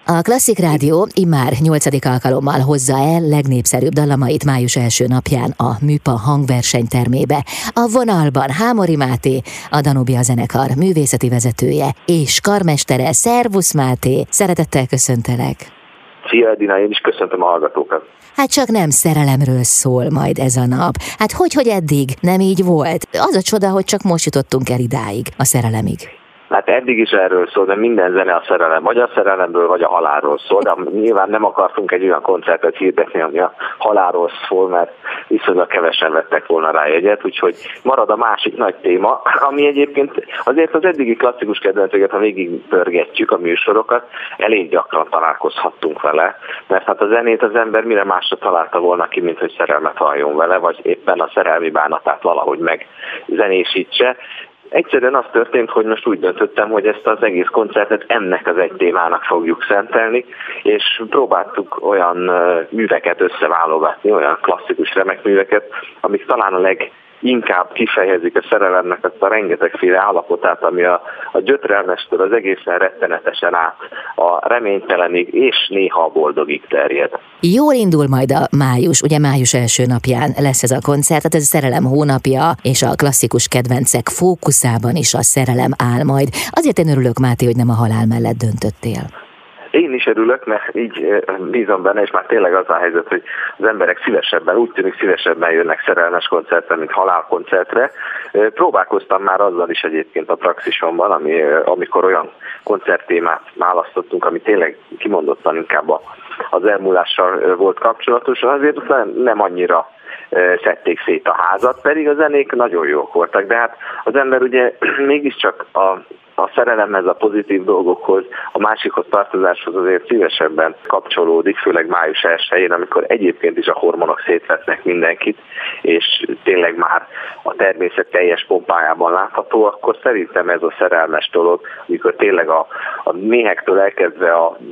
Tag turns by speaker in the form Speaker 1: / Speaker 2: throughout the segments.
Speaker 1: A Klasszik Rádió immár 8. alkalommal hozza el legnépszerűbb dallamait május első napján a Műpa hangversenytermébe. A vonalban Hámori Máté, a Danubia zenekar művészeti vezetője és karmestere. Szervusz Máté, szeretettel köszöntelek!
Speaker 2: Szia Edina, én is köszöntöm a hallgatókat.
Speaker 1: Hát csak nem szerelemről szól majd ez a nap. Hát hogy eddig nem így volt? Az a csoda, hogy csak most jutottunk el idáig, a szerelemig.
Speaker 2: Hát eddig is erről szól, de minden zene a szerelem, vagy a szerelemről, vagy a halálról szól, de nyilván nem akartunk egy olyan koncertet hirdetni, ami a halálról szól, mert viszonylag kevesen vettek volna rá jegyet, úgyhogy marad a másik nagy téma, ami egyébként azért az eddigi klasszikus kedvenceket, ha végig pörgetjük a műsorokat, elég gyakran találkozhattunk vele, mert hát a zenét az ember mire másra találta volna ki, mint hogy szerelmet halljon vele, vagy éppen a szerelmi bánatát valahogy megzenésítse. Egyszerűen az történt, hogy most úgy döntöttem, hogy ezt az egész koncertet ennek az egy témának fogjuk szentelni, és próbáltuk olyan műveket összeválogatni, olyan klasszikus remek műveket, amik talán a leginkább kifejezik a szerelemnek azt a rengetegféle állapotát, ami a gyötrelmestől az egészen rettenetesen át a reménytelenig és néha a boldogig terjed.
Speaker 1: Jól indul majd a május, ugye május első napján lesz ez a koncert, tehát ez a szerelem hónapja, és a klasszikus kedvencek fókuszában is a szerelem áll majd. Azért én örülök, Máté, hogy nem a halál mellett döntöttél.
Speaker 2: Én is örülök, mert így bízom benne, és már tényleg az a helyzet, hogy az emberek úgy tűnik szívesebben jönnek szerelmes koncertre, mint halálkoncertre. Próbálkoztam már azzal is egyébként a praxisomban, amikor olyan koncerttémát választottunk, ami tényleg kimondottan inkább az elmúlással volt kapcsolatos, azért nem annyira szedték szét a házat, pedig a zenék nagyon jók voltak, de hát az ember ugye mégiscsak a szerelemhez, a pozitív dolgokhoz, a másikhoz tartozáshoz azért szívesebben kapcsolódik, főleg május 1-én, amikor egyébként is a hormonok szétvetnek mindenkit, és tényleg már a természet teljes pompájában látható, akkor szerintem ez a szerelmes dolog, amikor tényleg a méhektől elkezdve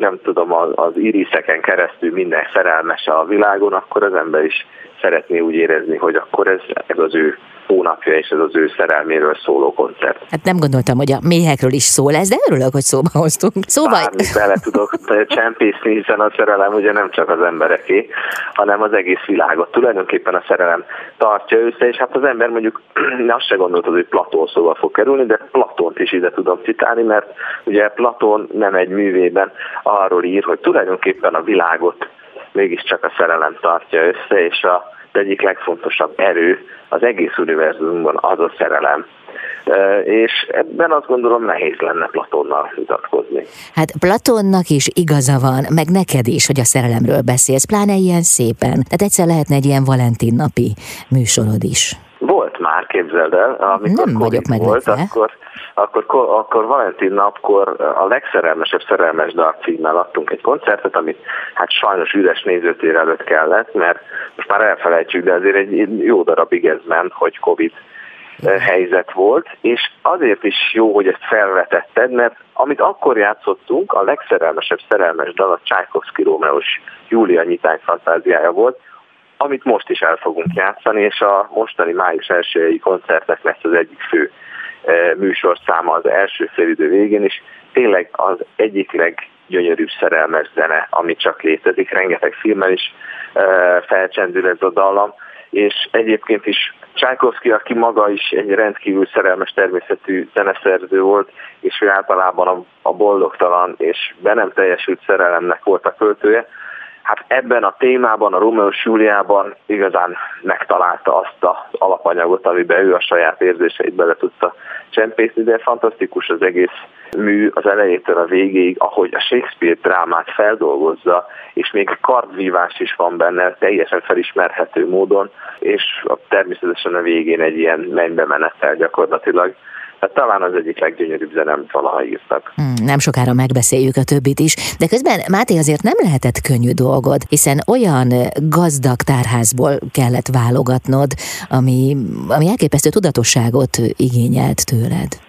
Speaker 2: az iriszeken keresztül minden szerelmes a világon, akkor az ember is szeretné úgy érezni, hogy akkor ez az ő hónapja, és ez az ő szerelméről szóló koncert.
Speaker 1: Hát nem gondoltam, hogy a méhekről is szól ez, de örülök, hogy szóba hoztunk.
Speaker 2: Bármit bele tudok csempészni, hiszen a szerelem ugye nem csak az embereké, hanem az egész világot. Tulajdonképpen a szerelem tartja össze, és hát az ember mondjuk azt se gondolt, hogy Platón szóval fog kerülni, de Platónt is ide tudom citálni, mert ugye Platón nem egy művében arról ír, hogy tulajdonképpen a világot mégiscsak a szerelem tartja össze, és az egyik legfontosabb erő az egész univerzumban az a szerelem. És ebben azt gondolom nehéz lenne Platónnal vitatkozni.
Speaker 1: Hát Platónnak is igaza van, meg neked is, hogy a szerelemről beszélsz, pláne ilyen szépen. Tehát egyszer lehetne egy ilyen Valentin napi műsorod is.
Speaker 2: Volt már, képzeld el, amikor
Speaker 1: nem vagyok
Speaker 2: meglepve. Akkor Valentin napkor a legszerelmesebb szerelmes dal címmel adtunk egy koncertet, amit hát sajnos üres nézőtér előtt kellett, mert most már elfelejtjük, de azért egy jó darabig ez ment, hogy Covid helyzet volt, és azért is jó, hogy ezt felvetetted, mert amit akkor játszottunk, a legszerelmesebb szerelmes dal a Csajkovszky Rómeós Júlia nyitány fantáziája volt, amit most is el fogunk játszani, és a mostani május 1-i koncertnek lesz az egyik fő műsorszáma az első félidő végén, és tényleg az egyik leggyönyörűbb szerelmes zene, ami csak létezik. Rengeteg filmen is felcsendül ez a dallam, és egyébként is Csajkovszky, aki maga is egy rendkívül szerelmes természetű zeneszerző volt, és ő általában a boldogtalan és be nem teljesült szerelemnek volt a költője. Hát ebben a témában, a Rómeós Júliában igazán megtalálta azt az alapanyagot, amiben ő a saját érzéseit bele tudta csempészni, de fantasztikus az egész mű az elejétől a végéig, ahogy a Shakespeare drámát feldolgozza, és még kardvívás is van benne, teljesen felismerhető módon, és természetesen a végén egy ilyen mennybe menettel gyakorlatilag. Hát talán az egyik leggyönyörűbb zene, amit valaha írtak.
Speaker 1: Nem sokára megbeszéljük a többit is, de közben, Máté, azért nem lehetett könnyű dolgod, hiszen olyan gazdag tárházból kellett válogatnod, ami elképesztő tudatosságot igényelt tőled.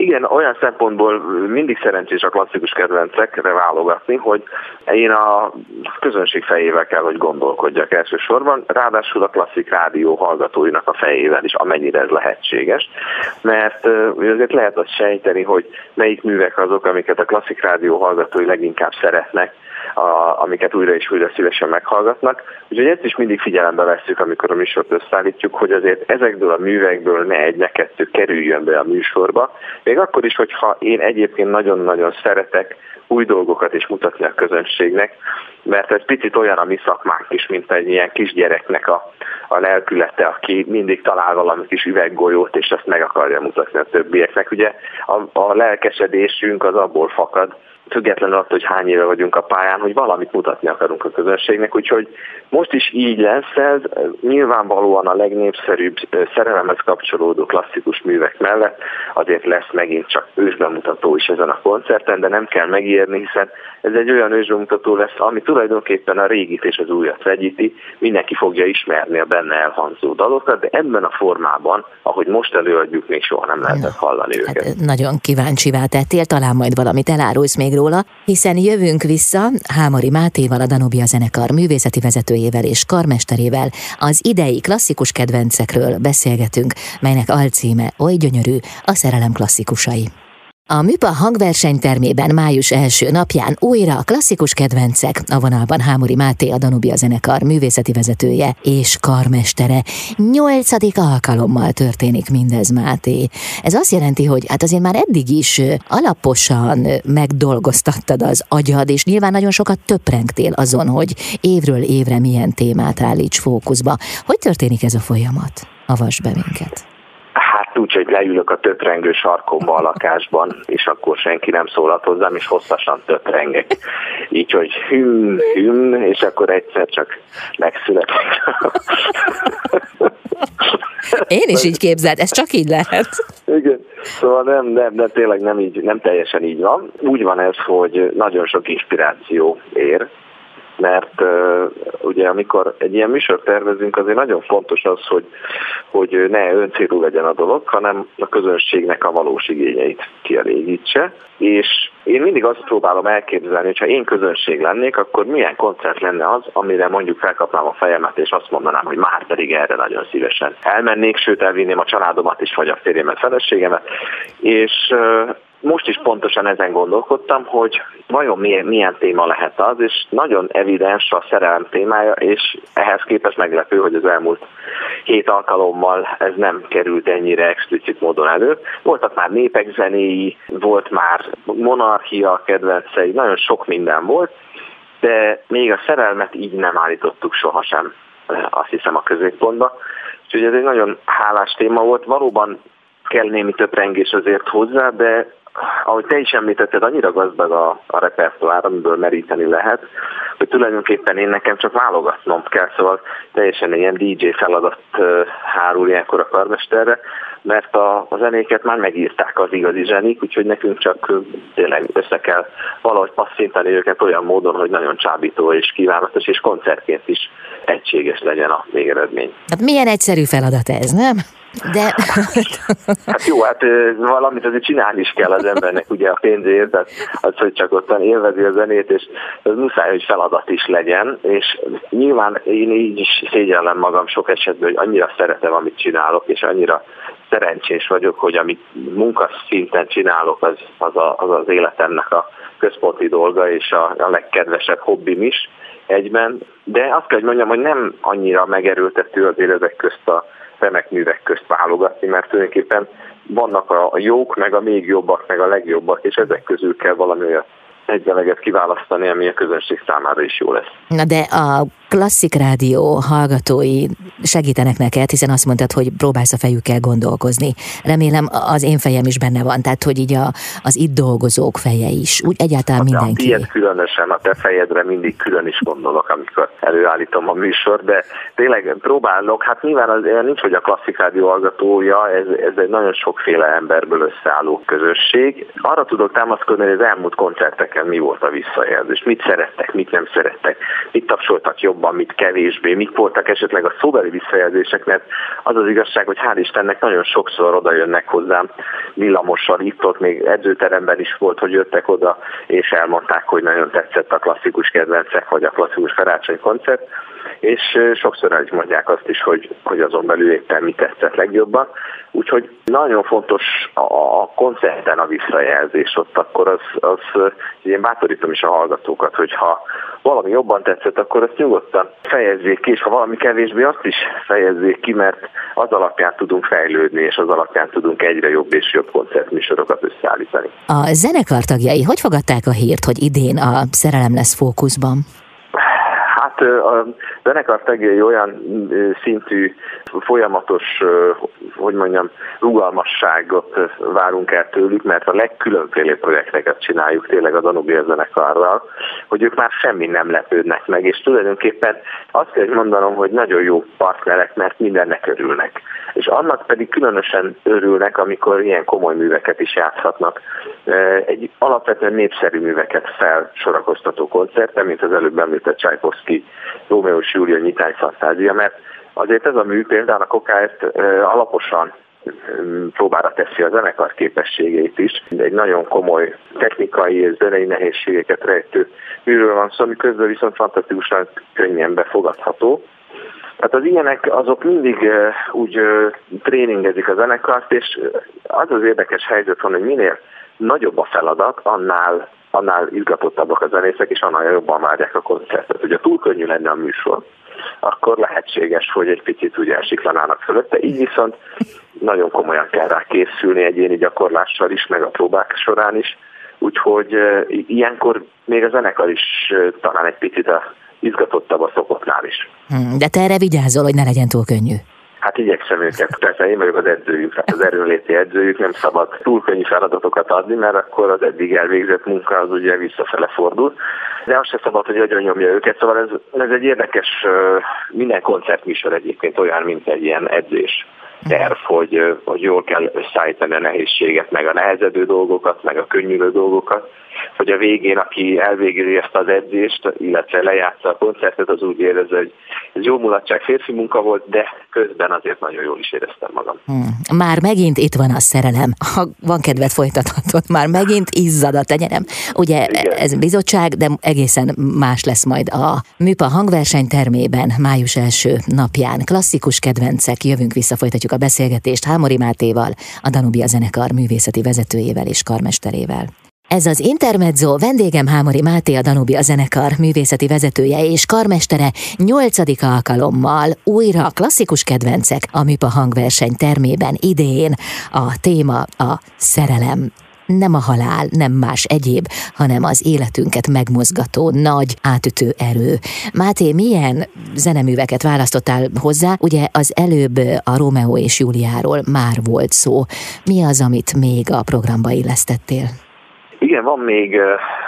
Speaker 2: Igen, olyan szempontból mindig szerencsés a klasszikus kedvencekre válogatni, hogy én a közönség fejével kell, hogy gondolkodjak elsősorban, ráadásul a klasszik rádió hallgatóinak a fejével is, amennyire ez lehetséges, mert azért lehet azt sejteni, hogy melyik művek azok, amiket a klasszik rádió hallgatói leginkább szeretnek, amiket újra és újra szívesen meghallgatnak. Úgyhogy ezt is mindig figyelembe vesszük, amikor a műsort összeállítjuk, hogy azért ezekből a művekből ne egy, ne kettő kerüljön be a műsorba. Még akkor is, hogyha én egyébként nagyon-nagyon szeretek új dolgokat is mutatni a közönségnek, mert ez picit olyan a mi szakmánk is, mint egy ilyen kisgyereknek a lelkülete, aki mindig talál valami kis üveggolyót, és ezt meg akarja mutatni a többieknek. Ugye a lelkesedésünk az abból fakad, függetlenül attól, hogy hány éve vagyunk a pályán, hogy valamit mutatni akarunk a közönségnek, úgyhogy most is így lesz ez, nyilvánvalóan a legnépszerűbb szerelemhez kapcsolódó klasszikus művek mellett azért lesz megint csak ősbemutató is ezen a koncerten, de nem kell megijedni, hiszen ez egy olyan ősbemutató lesz, ami tulajdonképpen a régit és az újat vegyíti, mindenki fogja ismerni a benne elhangzó dalokat, de ebben a formában, ahogy most előadjuk, még soha nem lehetett hallani őket.
Speaker 1: Hát nagyon kíváncsivá tettél, talán majd valamit elárulsz még róla, hiszen jövünk vissza Hámori Mátéval, a Danubia zenekar művészeti vezetőjével és karmesterével az idei klasszikus kedvencekről beszélgetünk, melynek alcíme oly gyönyörű, a szerelem klasszikusai. A Műpa hangverseny termében május első napján újra a klasszikus kedvencek, a vonalban Hámori Máté, a Danubia zenekar művészeti vezetője és karmestere. 8. alkalommal történik mindez, Máté. Ez azt jelenti, hogy hát azért már eddig is alaposan megdolgoztattad az agyad, és nyilván nagyon sokat töprengtél azon, hogy évről évre milyen témát állíts fókuszba. Hogy történik ez a folyamat? Avasd be minket.
Speaker 2: Úgy, hogy leülök a töprengő sarkomba a lakásban, és akkor senki nem szólhat hozzám, és hosszasan töprengek. Így, hogy hüm, és akkor egyszer csak megszületek.
Speaker 1: Én is így képzeld, ez csak így lehet.
Speaker 2: Igen, szóval nem tényleg nem teljesen így van. Úgy van ez, hogy nagyon sok inspiráció ér, mert ugye amikor egy ilyen műsort tervezünk, azért nagyon fontos az, hogy ne öncélú legyen a dolog, hanem a közönségnek a valós igényeit kielégítse. És én mindig azt próbálom elképzelni, hogy ha én közönség lennék, akkor milyen koncert lenne az, amire mondjuk felkapnám a fejemet, és azt mondanám, hogy már pedig erre nagyon szívesen elmennék, sőt elvinném a családomat is, vagy a férjemet, feleségemet. És most is pontosan ezen gondolkodtam, hogy vajon milyen téma lehet az, és nagyon evidens a szerelem témája, és ehhez képest meglepő, hogy az elmúlt 7 alkalommal ez nem került ennyire explicit módon elő. Voltak már népek zenéi, volt már monarchia kedvencei, nagyon sok minden volt, de még a szerelmet így nem állítottuk sohasem, azt hiszem, a középpontba. Úgyhogy ez egy nagyon hálás téma volt, valóban kell némi töprengés azért hozzá, de ahogy te is említetted, annyira gazdag a repertoár, amiből meríteni lehet, hogy tulajdonképpen én nekem csak válogatnom kell, szóval teljesen ilyen DJ feladat hárul ilyenkor a karmesterre, mert a zenéket már megírták az igazi zsenik, úgyhogy nekünk csak tényleg össze kell valahogy passzintani őket olyan módon, hogy nagyon csábító és kívánatos, és koncertként is egységes legyen a végeredmény.
Speaker 1: Hát milyen egyszerű feladat ez, nem? De...
Speaker 2: Hát jó, valamit azért csinálni is kell az embernek ugye a pénzért, tehát az, hogy csak ottan élvezi a zenét, és ez muszáj, hogy feladat is legyen, és nyilván én így is szégyellem magam sok esetben, hogy annyira szeretem, amit csinálok, és annyira szerencsés vagyok, hogy amit munkaszinten csinálok, az életemnek a központi dolga, és a legkedvesebb hobbim is egyben, de azt kell, hogy mondjam, hogy nem annyira megerőltető azért ezek közt a remek művek közt válogatni, mert tulajdonképpen vannak a jók, meg a még jobbak, meg a legjobbak, és ezek közül kell valami olyan egyveleget kiválasztani, ami a közönség számára is jó lesz.
Speaker 1: Na de a klasszik rádió hallgatói segítenek neked, hiszen azt mondtad, hogy próbálsz a fejükkel gondolkozni. Remélem az én fejem is benne van, tehát hogy így az itt dolgozók feje is, úgy egyáltalán mindenki.
Speaker 2: Ilyet különösen, a te fejedre mindig külön is gondolok, amikor előállítom a műsor, de tényleg próbálok, hát nyilván nincs, hogy a klasszik rádió hallgatója, ez egy nagyon sokféle emberből összeálló közösség. Arra tudok támaszkodni, hogy az elmúlt koncerteken mi volt a visszajelzés, mit szerettek, mit nem szerettek, mit tapsoltak jobban, jobban, mit kevésbé, mik voltak esetleg a szóbeli visszajelzések, mert az az igazság, hogy hál' Istennek nagyon sokszor oda jönnek hozzám villamossal, itt-ott még edzőteremben is volt, hogy jöttek oda, és elmondták, hogy nagyon tetszett a klasszikus kedvencek, vagy a klasszikus karácsony koncert, és sokszor el is mondják azt is, hogy azon belül éppen mi tetszett legjobban. Úgyhogy nagyon fontos a koncerten a visszajelzés ott, akkor az én bátorítom is a hallgatókat, hogyha valami jobban tetszett, akkor azt nyugodtan fejezzék ki, és ha valami kevésbé, azt is fejezzék ki, mert az alapján tudunk fejlődni, és az alapján tudunk egyre jobb és jobb koncertműsorokat összeállítani.
Speaker 1: A zenekar tagjai hogy fogadták a hírt, hogy idén a Szerelem lesz fókuszban?
Speaker 2: Hát a zenekar tagjai olyan szintű, folyamatos, rugalmasságot várunk el tőlük, mert a legkülönfélébb projekteket csináljuk tényleg a Danubia zenekarral, hogy ők már semmi nem lepődnek meg, és tulajdonképpen azt kell mondanom, hogy nagyon jó partnerek, mert mindennek örülnek. És annak pedig különösen örülnek, amikor ilyen komoly műveket is játszhatnak. Egy alapvetően népszerű műveket felsorakoztató koncerten, mint az előbb említett Csajkovszky Rómeó és Júlia nyitány fantázia, mert azért ez a mű például a Kokáért alaposan próbára teszi a zenekar képességeit is. Egy nagyon komoly technikai és zenei nehézségeket rejtő műről van szó, ami közben viszont fantasztikusan könnyen befogadható. Hát az ilyenek azok mindig úgy tréningezik a zenekart, és az az érdekes helyzet van, hogy minél nagyobb a feladat, annál izgatottabbak a zenészek, és annál jobban várják a koncertet. Hogyha túl könnyű lenne a műsor, akkor lehetséges, hogy egy picit úgy elsiklanának fölötte. Így viszont nagyon komolyan kell rá készülni egyéni gyakorlással is, meg a próbák során is. Úgyhogy ilyenkor még a zenekar is talán egy picit izgatottabb a szokottnál is.
Speaker 1: De te erre vigyázol, hogy ne legyen túl könnyű.
Speaker 2: Hát igyekszem őket, persze én vagyok az edzőjük, hát az erőnléti edzőjük, nem szabad túl könnyű feladatokat adni, mert akkor az eddig elvégzett munka az ugye visszafele fordul. De azt se szabad, hogy agyon nyomja őket, szóval ez egy érdekes, minden koncertműsor egyébként olyan, mint egy ilyen edzés terv, hogy jól kell összeállítani a nehézséget, meg a nehezedő dolgokat, meg a könnyülő dolgokat, hogy a végén, aki elvégzi ezt az edzést, illetve lejátsza a koncertet, az úgy érez, hogy ez jó mulatság, férfi munka volt, de közben azért nagyon jól is éreztem magam.
Speaker 1: Már megint itt van a szerelem. Ha van kedved, folytathatod, már megint izzad a tenyerem. Ugye igen. Ez bizottság, de egészen más lesz majd a Műpa hangverseny termében, május első napján. Klasszikus kedvencek, jövünk vissza, folytatjuk a beszélgetést Hámori Mátéval, a Danubia zenekar művészeti vezetőjével és karmesterével. Ez az Intermezzo, vendégem Hámori Máté, a Danubia zenekar művészeti vezetője és karmestere 8. alkalommal újra klasszikus kedvencek a Műpa hangverseny termében idén. A téma a szerelem. Nem a halál, nem más egyéb, hanem az életünket megmozgató, nagy, átütő erő. Máté, milyen zeneműveket választottál hozzá? Ugye az előbb a Rómeó és Júliáról már volt szó. Mi az, amit még a programba illesztettél?
Speaker 2: Igen, van még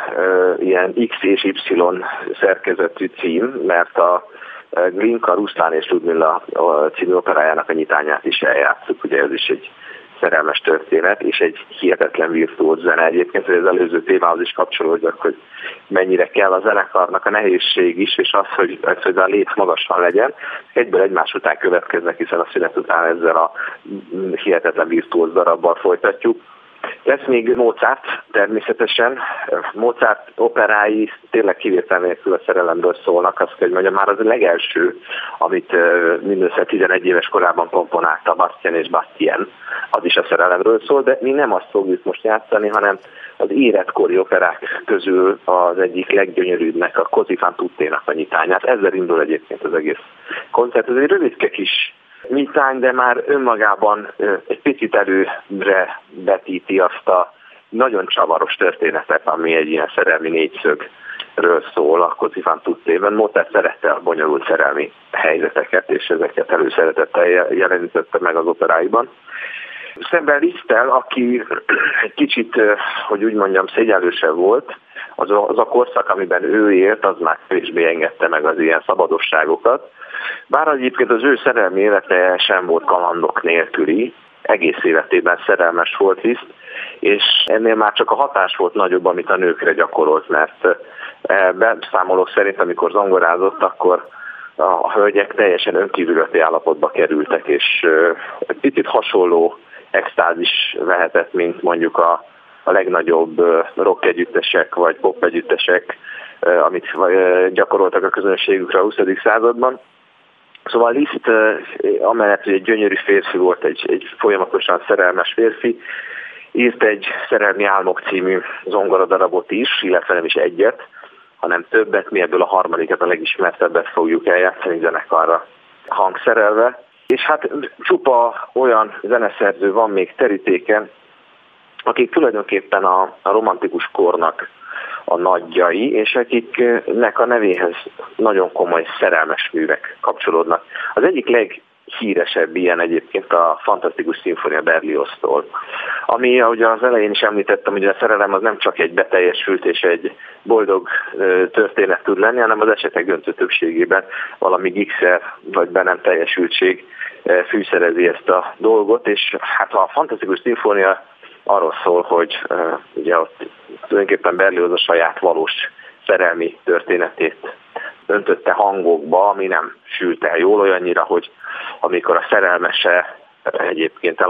Speaker 2: ilyen X és Y szerkezetű cím, mert a Glinka, Ruszlán és Ludmilla című operájának a nyitányát is eljátszuk, ugye ez is egy szerelmes történet, és egy hihetetlen virtuóz zene egyébként, hogy az előző témához is kapcsolódjak, hogy mennyire kell a zenekarnak a nehézség is, és az, hogy a léc magasan legyen, egyből egymás után következnek, hiszen a szünet után ezzel a hihetetlen virtuóz darabbal folytatjuk. Lesz még Mozart természetesen. Mozart operái tényleg kivétel nélkül a szerelemről szólnak. Azt kell, hogy mondjam, már az a legelső, amit mindössze 11 éves korában komponálta Bastien és Bastien, az is a szerelemről szól, de mi nem azt fogjuk most játszani, hanem az életkori operák közül az egyik leggyönyörűbbnek, a Così fan tutténak a nyitányát. Ezzel indul egyébként az egész koncert. Ez egy rövidke kis nyitány, de már önmagában egy picit előre vetíti azt a nagyon csavaros történetet, ami egy ilyen szerelmi négyszögről szól a Così fan tuttében. Mozart szerette a bonyolult szerelmi helyzeteket, és ezeket előszeretettel jelenítette meg az operáiban. Szemben Liszttel, aki egy kicsit, hogy úgy mondjam, szégyenlősebb volt, az a korszak, amiben ő élt, az már kevésbé engedte meg az ilyen szabadosságokat. Bár egyébként az ő szerelmi élete sem volt kalandok nélküli, egész életében szerelmes volt Liszt, és ennél már csak a hatás volt nagyobb, amit a nőkre gyakorolt, mert beszámolók szerint, amikor zongorázott, akkor a hölgyek teljesen önkívülötti állapotba kerültek, és egy picit hasonló extázis vehetett, mint mondjuk a legnagyobb rock együttesek vagy pop együttesek, amit gyakoroltak a közönségükre a 20. században. Szóval Liszt, amellett, hogy egy gyönyörű férfi volt, egy folyamatosan szerelmes férfi, írt egy Szerelmi álmok című zongoradarabot is, illetve nem is egyet, hanem többet, mi ebből a harmadikat, a legismertebbet fogjuk eljátszani zenekarra hangszerelve. És hát csupa olyan zeneszerző van még terítéken, akik tulajdonképpen a romantikus kornak a nagyjai, és akiknek a nevéhez nagyon komoly szerelmes művek kapcsolódnak. Az egyik leghíresebb ilyen egyébként a Fantasztikus Szimfónia Berlioztól, ami, ahogy az elején is említettem, hogy a szerelem az nem csak egy beteljesült és egy boldog történet tud lenni, hanem az esetek döntő többségében valami gigszer vagy be nem teljesültség fűszerezi ezt a dolgot, és hát a Fantasztikus Szimfónia arról szól, hogy ugye ott tulajdonképpen Berlioz a saját valós szerelmi történetét öntötte hangokba, ami nem sült el jól, olyannyira, hogy amikor a szerelmese egyébként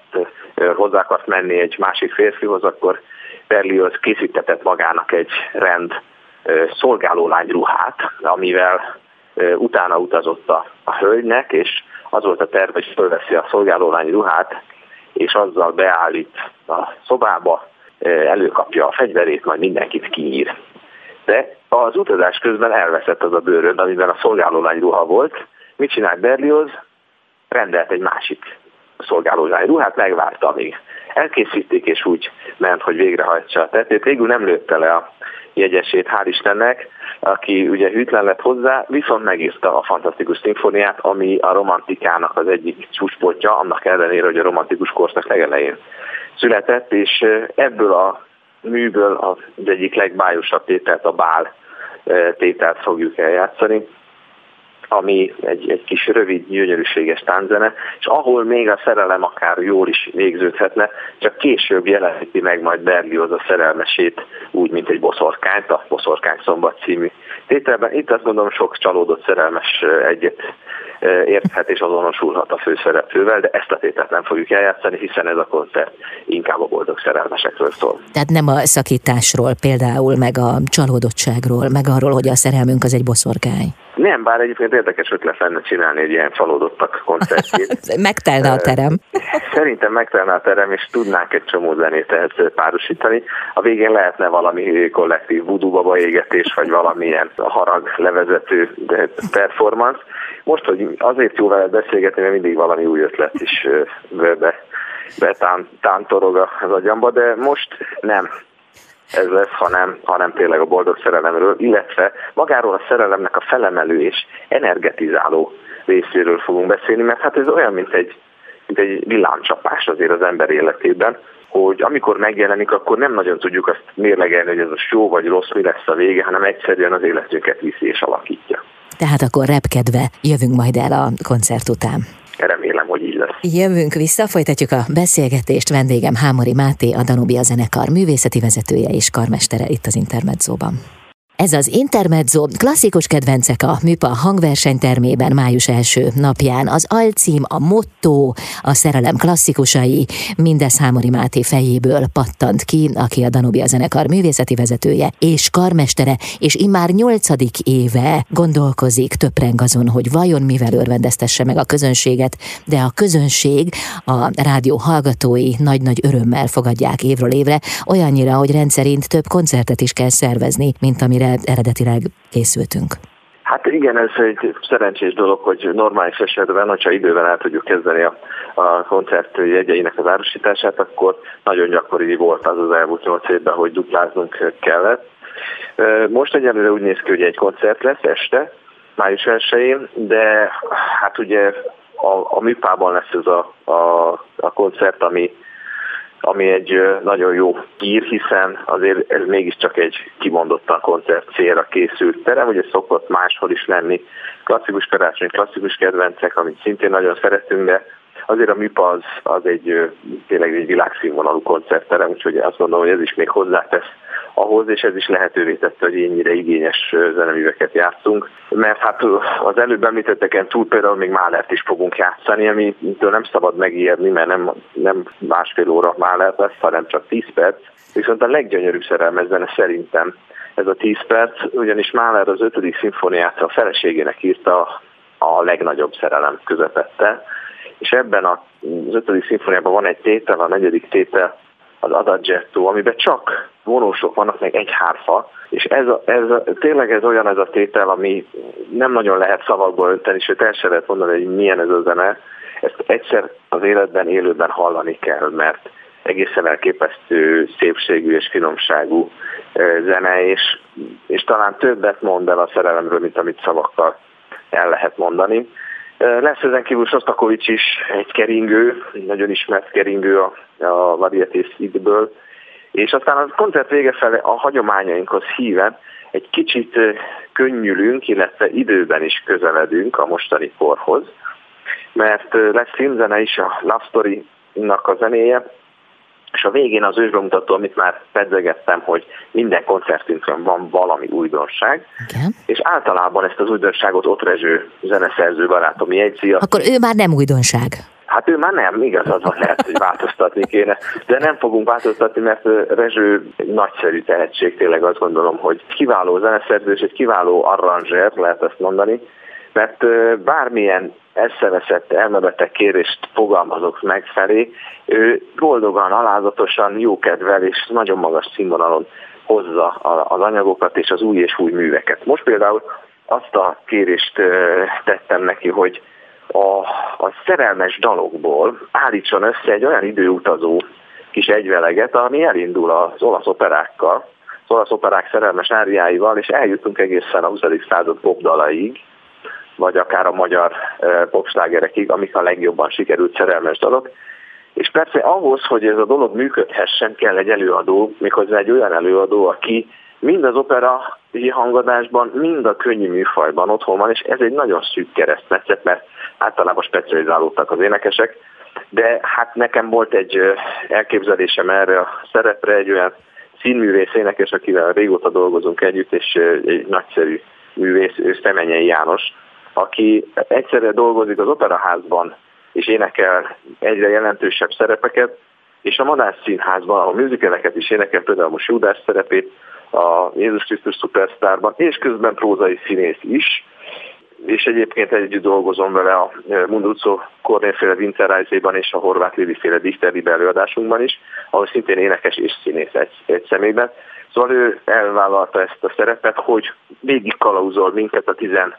Speaker 2: hozzá akart menni egy másik férfihoz, akkor Berlioz készítetett magának egy rend szolgálólány ruhát, amivel utána utazott a hölgynek, és az volt a terv, hogy fölveszi a szolgálólány ruhát, és azzal beállít a szobába, előkapja a fegyverét, majd mindenkit kiír. De az utazás közben elveszett az a bőrönd, amiben a szolgálólány ruha volt. Mit csinált Berlioz? Rendelt egy másik szolgálólány ruhát, megvárta, amíg elkészítik, és úgy ment, hogy végrehajtsa a tettét. Végül nem lőtte le a jegyesét, hál' Istennek, aki ugye hűtlen lett hozzá, viszont megírta a Fantasztikus Szimfóniát, ami a romantikának az egyik csúcspontja, annak ellenére, hogy a romantikus korszak legelején született, és ebből a műből az egyik legbájosabb tételt, a bál tételt fogjuk eljátszani, ami egy kis rövid, gyönyörűséges tánczene, és ahol még a szerelem akár jól is végződhetne, csak később jeleníti meg majd Berlioz a szerelmesét úgy, mint egy boszorkányt, a Boszorkány szombat című tételben. Itt azt gondolom, sok csalódott szerelmes egyet érthet és azonosulhat a főszereplővel, de ezt a tételt nem fogjuk eljátszani, hiszen ez a koncert inkább a boldog szerelmesekről szól.
Speaker 1: Tehát nem a szakításról például, meg a csalódottságról, meg arról, hogy a szerelmünk az egy boszorkány.
Speaker 2: Nem, bár egyébként érdekes ötlet lenne csinálni egy ilyen csalódottak koncertjét.
Speaker 1: Megtelne a terem.
Speaker 2: Szerintem megtelne a terem, és tudnánk egy csomó zenét ehhez párosítani. A végén lehetne valami kollektív vudúbaba égetés, vagy valamilyen harag levezető performance. Most, hogy azért jó veled beszélgetni, mert mindig valami új ötlet is tántorog az agyamba, de most nem ez lesz, hanem tényleg a boldog szerelemről, illetve magáról a szerelemnek a felemelő és energetizáló részéről fogunk beszélni, mert hát ez olyan, mint egy villámcsapás azért az ember életében, hogy amikor megjelenik, akkor nem nagyon tudjuk azt mérlegelni, hogy ez a jó vagy rossz, mi lesz a vége, hanem egyszerűen az életünket viszi és alakítja.
Speaker 1: Tehát akkor repkedve jövünk majd el a koncert után.
Speaker 2: Remélem, hogy így lesz.
Speaker 1: Jövünk vissza, folytatjuk a beszélgetést. Vendégem Hámori Máté, a Danubia zenekar művészeti vezetője és karmestere itt az Intermedzóban. Ez az Intermezzo, klasszikus kedvencek a Műpa hangversenytermében május 1. napján. Az alcím, a motto, a szerelem klasszikusai, mindez Hámori Máté fejéből pattant ki, aki a Danubia zenekar művészeti vezetője és karmestere, és immár 8. éve gondolkozik, töpreng azon, hogy vajon mivel örvendeztesse meg a közönséget, de a közönség, a rádió hallgatói nagy-nagy örömmel fogadják évről évre, olyannyira, hogy rendszerint több koncertet is kell szervezni, mint amire eredetileg készültünk.
Speaker 2: Hát igen, ez egy szerencsés dolog, hogy normális esetben, hogyha időben el tudjuk kezdeni a koncert jegyeinek az árusítását, akkor nagyon gyakori volt az elmúlt 8 évben, hogy dupláznunk kellett. Most egyelőre úgy néz ki, hogy egy koncert lesz este, május 1-én, de hát ugye a Műpában lesz ez a koncert, ami egy nagyon jó hír, hiszen azért ez mégiscsak egy kimondottan koncert célra készült terem, ugye szokott máshol is lenni klasszikus karácsony, klasszikus kedvencek, amit szintén nagyon szeretünk, de azért a műpa az tényleg egy világszínvonalú koncertterem, úgyhogy azt gondolom, hogy ez is még hozzátesz ahhoz, és ez is lehetővé tette, hogy ennyire igényes zeneműveket játszunk. Mert hát az előbb említetteken túl például még Mahlert is fogunk játszani, amitől nem szabad megijedni, mert nem másfél óra Mahler lesz, hanem csak 10 perc. Viszont a leggyönyörűbb szerelmes zene szerintem ez a 10 perc, ugyanis Mahler az 5. szimfóniát a feleségének írta a legnagyobb szerelem közepette, és ebben az 5. szimfóniában van egy tétel, a 4. tétel, az Adagetto, amiben csak vonósok vannak, meg egy hárfa, és tényleg ez olyan ez a tétel, ami nem nagyon lehet szavakból önteni, sőt el sem lehet mondani, hogy milyen ez a zene. Ezt egyszer az életben, élőben hallani kell, mert egészen elképesztő szépségű és finomságú zene, és talán többet mond el a szerelemről, mint amit szavakkal el lehet mondani. Lesz ezen kívül Sostakovics is egy keringő, nagyon ismert keringő a Varietés Szidből, és aztán a koncert vége felé a hagyományainkhoz híven egy kicsit könnyülünk, illetve időben is közeledünk a mostani korhoz, mert lesz filmzene is, a Love Story-nak a zenéje, és a végén az ősbemutató, amit már pedzegettem, hogy minden koncertünkön van valami újdonság, okay. És általában ezt az újdonságot Ott Rezső zeneszerző barátom jegyzi.
Speaker 1: Akkor ő már nem újdonság.
Speaker 2: Hát ő már nem, igazad van, lehet, hogy változtatni kéne, de nem fogunk változtatni, mert Rezső nagyszerű tehetség, tényleg azt gondolom, hogy kiváló zeneszerző és egy kiváló arranzser, lehet ezt mondani, mert bármilyen eszeveszett, elmebeteg kérést fogalmazok meg felé, ő boldogan, alázatosan, jókedvel és nagyon magas színvonalon hozza az anyagokat és az új és új műveket. Most például azt a kérést tettem neki, hogy a szerelmes dalokból állítson össze egy olyan időutazó kis egyveleget, ami elindul az olasz operákkal, az olasz operák szerelmes áriáival, és eljutunk egészen a 20. század popdalaig, vagy akár a magyar popslágerekig, amik a legjobban sikerült szerelmes dalok. És persze ahhoz, hogy ez a dolog működhessen, kell egy előadó, méghozzá egy olyan előadó, aki mind az opera hangadásban, mind a könnyű műfajban otthon van, és ez egy nagyon szűk keresztmetszet, mert általában specializálódtak az énekesek, de hát nekem volt egy elképzelésem erre a szerepre, egy olyan színművész énekes, akivel régóta dolgozunk együtt, és egy nagyszerű művész, ő Szemenyei János, aki egyszerre dolgozik az operaházban, és énekel egyre jelentősebb szerepeket, és a Madách Színházban, ahol musicaleket is énekel, például most Júdás szerepét a Jézus Krisztus Szupersztárban, és közben prózai színész is, és egyébként együtt dolgozom vele a Mundrucó Kornél-féle Winterreise-ban és a Horváth Lévi-féle Dichter-Libe előadásunkban is, ahol szintén énekes és színész egy személyben. Szóval ő elvállalta ezt a szerepet, hogy végig kalauzol minket a 18.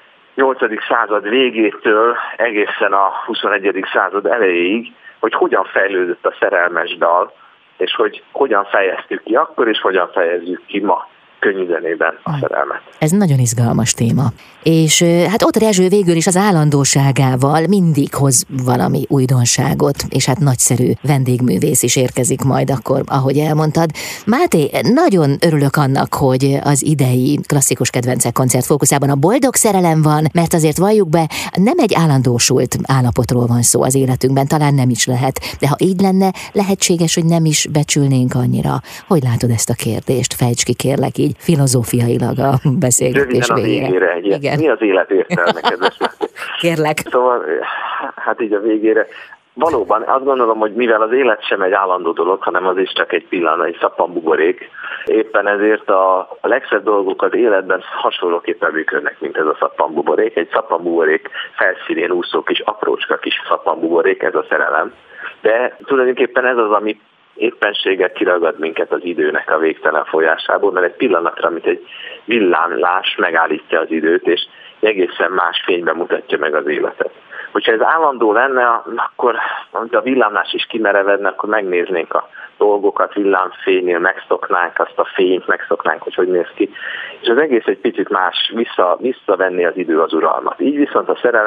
Speaker 2: század végétől egészen a 21. század elejéig, hogy hogyan fejlődött a szerelmes dal, és hogy hogyan fejeztük ki akkor, és hogyan fejezzük ki ma könnyű zenében a szerelmet.
Speaker 1: Ez nagyon izgalmas téma. És hát Ott Rezső végül is az állandóságával mindig hoz valami újdonságot, és hát nagyszerű vendégművész is érkezik majd akkor, ahogy elmondtad. Máté, nagyon örülök annak, hogy az idei klasszikus kedvencek koncert fókuszában a boldog szerelem van, mert azért valljuk be, nem egy állandósult állapotról van szó az életünkben, talán nem is lehet, de ha így lenne, lehetséges, hogy nem is becsülnénk annyira. Hogy látod ezt a kérdést? Fejtsd ki, kérlek, így filozófiailag a beszélgetés végére.
Speaker 2: Igen. Mi az élet értelme, kedves Máté?
Speaker 1: Kérlek.
Speaker 2: Szóval, hát így a végére. Valóban azt gondolom, hogy mivel az élet sem egy állandó dolog, hanem az is csak egy pillanat, egy szappanbuborék, éppen ezért a legszebb dolgok az életben hasonlóképpen működnek, mint ez a szappanbuborék. Egy szappanbuborék felszínén úszó kis aprócska kis szappanbuborék, ez a szerelem. De tulajdonképpen ez az, ami éppenséggel kiragad minket az időnek a végtelen folyásából, mert egy pillanatra, mint egy villámlás megállítja az időt, és egészen más fényben mutatja meg az életet. Hogyha ez állandó lenne, akkor a villámlás is kimerevedne, akkor megnéznénk a dolgokat, villámfénynél megszoknánk azt a fényt, megszoknánk, hogy néz ki. És az egész egy picit más, visszavenni az idő az uralmat. Így viszont a szerelem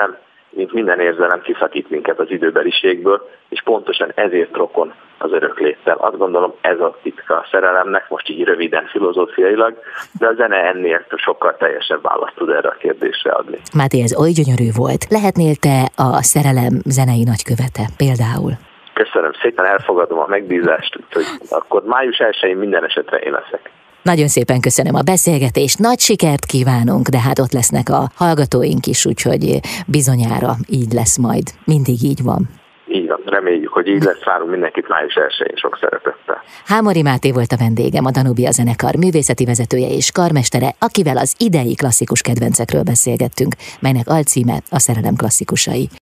Speaker 2: mint minden érzelem kiszakít minket az időbeliségből, és pontosan ezért rokon az örökléttel. Azt gondolom, ez a titka a szerelemnek, most így röviden filozófiailag, de a zene ennél sokkal teljesebb választ tud erre a kérdésre adni.
Speaker 1: Máté, ez oly gyönyörű volt. Lehetnél te a szerelem zenei nagykövete például?
Speaker 2: Köszönöm szépen, elfogadom a megbízást, úgyhogy akkor május 1-én minden esetre én leszek.
Speaker 1: Nagyon szépen köszönöm a beszélgetést, nagy sikert kívánunk, de hát ott lesznek a hallgatóink is, úgyhogy bizonyára így lesz majd. Mindig így van.
Speaker 2: Így van, reméljük, hogy így lesz, várunk mindenkit május 1-én sok szeretettel.
Speaker 1: Hámori Máté volt a vendégem, a Danubia zenekar művészeti vezetője és karmestere, akivel az idei klasszikus kedvencekről beszélgettünk, melynek alcíme a szerelem klasszikusai.